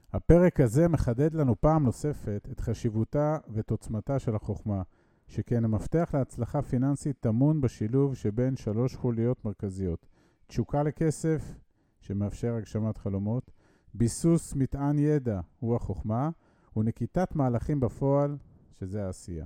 הפרק הזה מחדד לנו פעם נוספת את חשיבותה ואת עוצמתה של החוכמה, שכן המפתח להצלחה פיננסית טמון בשילוב שבין 3 חוליות מרכזיות: תשוקה לכסף, שמאפשר הגשמת חלומות, ביסוס מטען ידע, הוא החוכמה, ונקיטת מהלכים בפועל, שזה העשייה.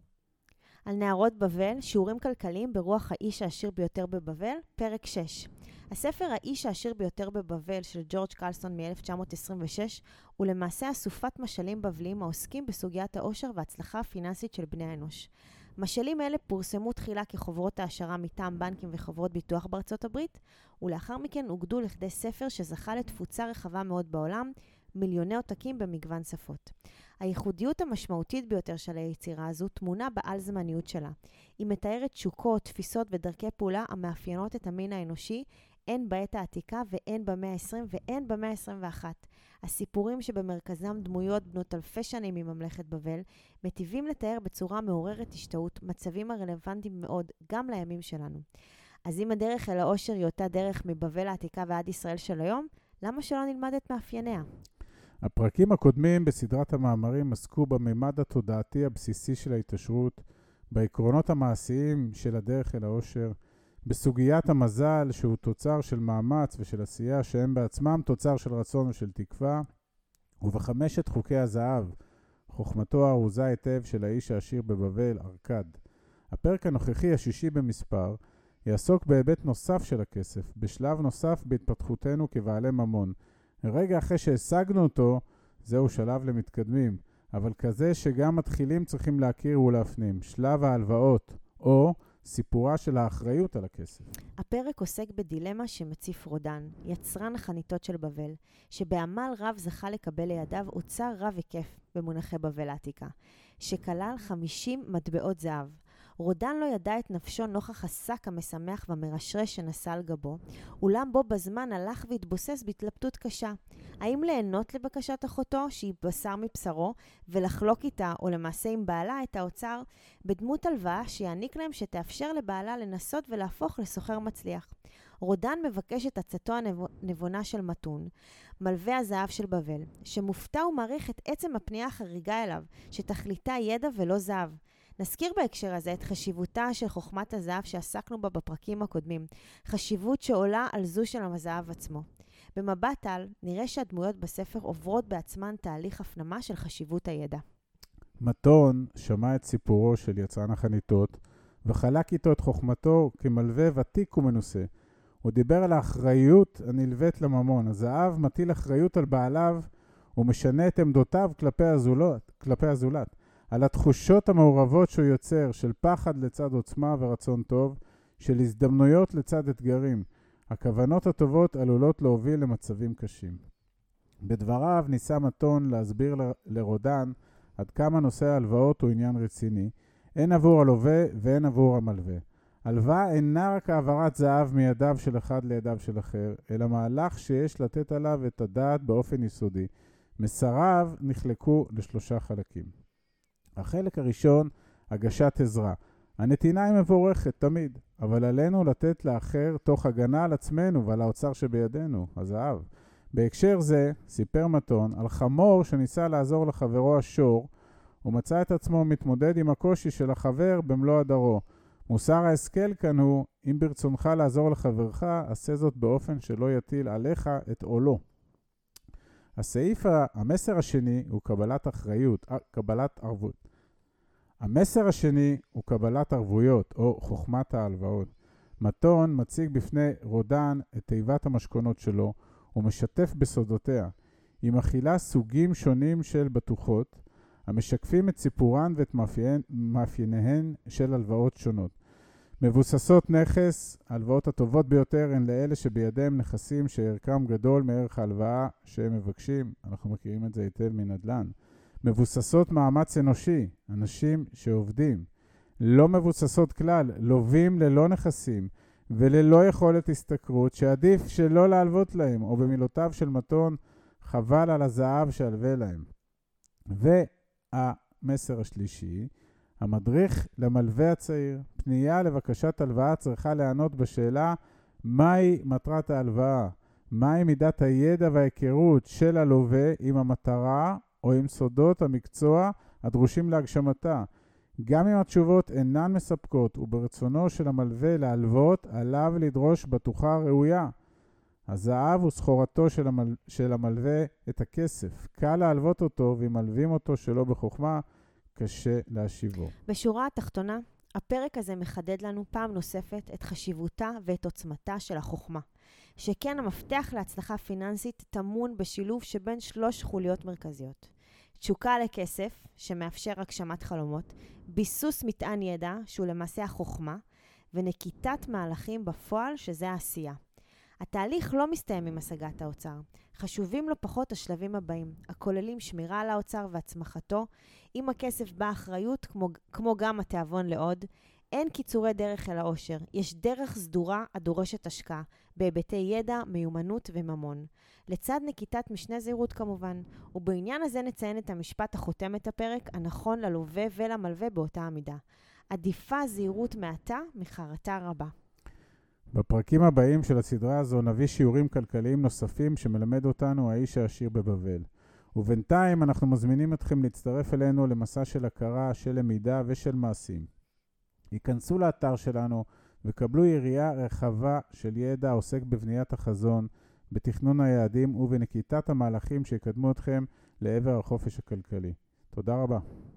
על נערות בבל, שיעורים כלכליים ברוח האיש העשיר ביותר בבבל, פרק 6. הספר האיש העשיר ביותר בבבל של ג'ורג' קרלסון מ-1926 הוא למעשה אסופת משלים בבליים העוסקים בסוגיית העושר וההצלחה הפיננסית של בני האנוש. משלים אלה פורסמו תחילה כחוברות העשרה מטעם בנקים וחברות ביטוח בארצות הברית, ולאחר מכן הוגדו לכדי ספר שזכה לתפוצה רחבה מאוד בעולם, מיליוני עותקים במגוון שפות. הייחודיות המשמעותית ביותר של היצירה הזו תמונה בעל זמניות שלה. היא מתארת תשוקות, תפיסות ודרכי פעולה המאפיינות את המין האנושי, הן בעת העתיקה והן במאה ה-20 והן במאה ה-21. הסיפורים שבמרכזם דמויות בנות אלפי שנים מממלכת בבל, מטיבים לתאר בצורה מעוררת השתאות מצבים הרלוונטיים מאוד גם לימים שלנו. אז אם הדרך אל האושר היא אותה דרך מבבל העתיקה ועד ישראל של היום, למה שלא נלמד את מאפייניה? הפרקים הקודמים בסדרת המאמרים עסקו בממד התודעתי הבסיסי של ההתעשרות, בעקרונות המעשיים של הדרך אל האושר, בסוגיית המזל שהוא תוצר של מאמץ ושל עשייה שהם בעצמם תוצר של רצון ושל תקווה, ובחמשת חוקי הזהב, חוכמתו הארוזה היטב של האיש העשיר בבבל, ארקד. הפרק הנוכחי, השישי במספר, יעסוק בהיבט נוסף של הכסף, בשלב נוסף בהתפתחותנו כבעלי ממון. רגע אחרי שהשגנו אותו, זהו שלב למתקדמים, אבל כזה שגם מתחילים צריכים להכיר ולהפנים, שלב ההלוואות, או סיפורה של האחריות על הכסף. הפרק עוסק בדילמה שמציף רודן, יצרן החניתות של בבל, שבעמל רב זכה לקבל לידיו אוצר רב היקף במונחי בבל העתיקה, שכלל 50 מטבעות זהב. רודן לא ידע את נפשו נוכח השק המשמח והמרשרש שנשא על גבו, אולם בו בזמן הלך והתבוסס בהתלבטות קשה. האם ליהנות לבקשת אחותו שהיא בשר מבשרו ולחלוק איתה או למעשה עם בעלה את האוצר בדמות הלוואה שיעניק להם שתאפשר לבעלה לנסות ולהפוך לסוחר מצליח. רודן מבקש את עצתו הנבונה של מתון, מלווה הזהב של בבל, שמופתע ומעריך את עצם הפנייה החריגה אליו, שתכליתה ידע ולא זהב. נזכיר בהקשר הזה את חשיבותה של חוכמת הזהב שעסקנו בה בפרקים הקודמים, חשיבות שעולה על זו של הזהב עצמו. במבט על, נראה שהדמויות בספר עוברות בעצמן תהליך הפנמה של חשיבות הידע. מתון שמע את סיפורו של יצרן החניתות, וחלק איתו את חוכמתו כמלווה ותיק ומנוסה. הוא דיבר על האחריות הנלווית לממון. הזהב מטיל אחריות על בעליו, ומשנה את עמדותיו כלפי הזולת. על התחושות המעורבות שהוא יוצר, של פחד לצד עוצמה ורצון טוב, של הזדמנויות לצד אתגרים. הכוונות הטובות עלולות להוביל למצבים קשים. בדבריו ניסה מתון להסביר לרודן עד כמה נושא ההלוואות הוא עניין רציני, הן עבור הלווה והן עבור המלווה. הלוואה אינה רק העברת זהב מידיו של אחד לידיו של אחר, אלא מהלך שיש לתת עליו את הדעת באופן יסודי. מסריו נחלקו ל3 חלקים. החלק הראשון, הגשת עזרה. הנתינה היא מבורכת תמיד, אבל עלינו לתת לאחר תוך הגנה על עצמנו ועל האוצר שבידינו, הזהב. בהקשר זה, סיפר מתון על חמור שניסה לעזור לחברו השור, ומצא את עצמו מתמודד עם הקושי של החבר במלוא הדרו. מוסר ההשכל כאן הוא, אם ברצונך לעזור לחברך, עשה זאת באופן שלא יטיל עליך את עולו. המסר השני הוא קבלת ערבות. המסר השני הוא קבלת ערבויות או חוכמת ההלוואות. מתון מציג בפני רודן את תיבת המשכונות שלו ומשתף בסודותיה. היא מכילה סוגים שונים של בטוחות המשקפים את סיפורן ואת מאפייניהן של הלוואות שונות. מבוססות נכס, ההלוואות הטובות ביותר הן לאלה שבידיהם נכסים שערכם גדול מערך ההלוואה שהם מבקשים. אנחנו מכירים את זה היטב מנדל"ן. מבוססות מאמץ אנושי, אנשים שעובדים. לא מבוססות כלל, לווים ללא נכסים וללא יכולת השתכרות שעדיף שלא להלוות להם, או במילותיו של מתון, חבל על הזהב שהלווה להם. והמסר השלישי, המדריך למלווה הצעיר, פנייה לבקשת הלוואה צריכה לענות בשאלה מהי מטרת ההלוואה מהי מידת הידע וההיכרות של הלווה עם המטרה או עם סודות המקצוע הדרושים להגשמתה. גם אם התשובות אינן מספקות וברצונו של המלווה להלוות, עליו לדרוש בטוחה ראויה. הזהב הוא סחורתו של המלווה את הכסף. קל להלוות אותו, ואם מלווים אותו שלא בחוכמה, קשה להשיבו. בשורה התחתונה, הפרק הזה מחדד לנו פעם נוספת את חשיבותה ואת עוצמתה של החוכמה. שכן המפתח להצלחה פיננסית טמון בשילוב שבין 3 חוליות מרכזיות. תשוקה לכסף, שמאפשר הגשמת חלומות, ביסוס מטען ידע, שהוא למעשה החוכמה, ונקיטת מהלכים בפועל, שזה העשייה. התהליך לא מסתיים עם השגת האוצר. חשובים לא פחות השלבים הבאים, הכוללים שמירה על האוצר והצמחתו, עם הכסף באחריות, כמו גם התיאבון לעוד. אין קיצורי דרך אל העושר, יש דרך סדורה הדורשת השקעה, בהיבטי ידע, מיומנות וממון. לצד נקיטת משנה זהירות כמובן, ובעניין הזה נציין את המשפט החותם את הפרק, הנכון ללווה ולמלווה באותה המידה. עדיפה זהירות מעטה מחרטה רבה. בפרקים הבאים של הסדרה הזו נביא שיעורים כלכליים נוספים שמלמד אותנו האיש העשיר בבבל. ובינתיים אנחנו מזמינים אתכם להצטרף אלינו למסע של הכרה, של למידה ושל מעשים. היכנסו לאתר שלנו וקבלו יריעה רחבה של ידע העוסק בבניית החזון, בתכנון היעדים ובנקיטת המהלכים שיקדמו אתכם לעבר החופש הכלכלי. תודה רבה.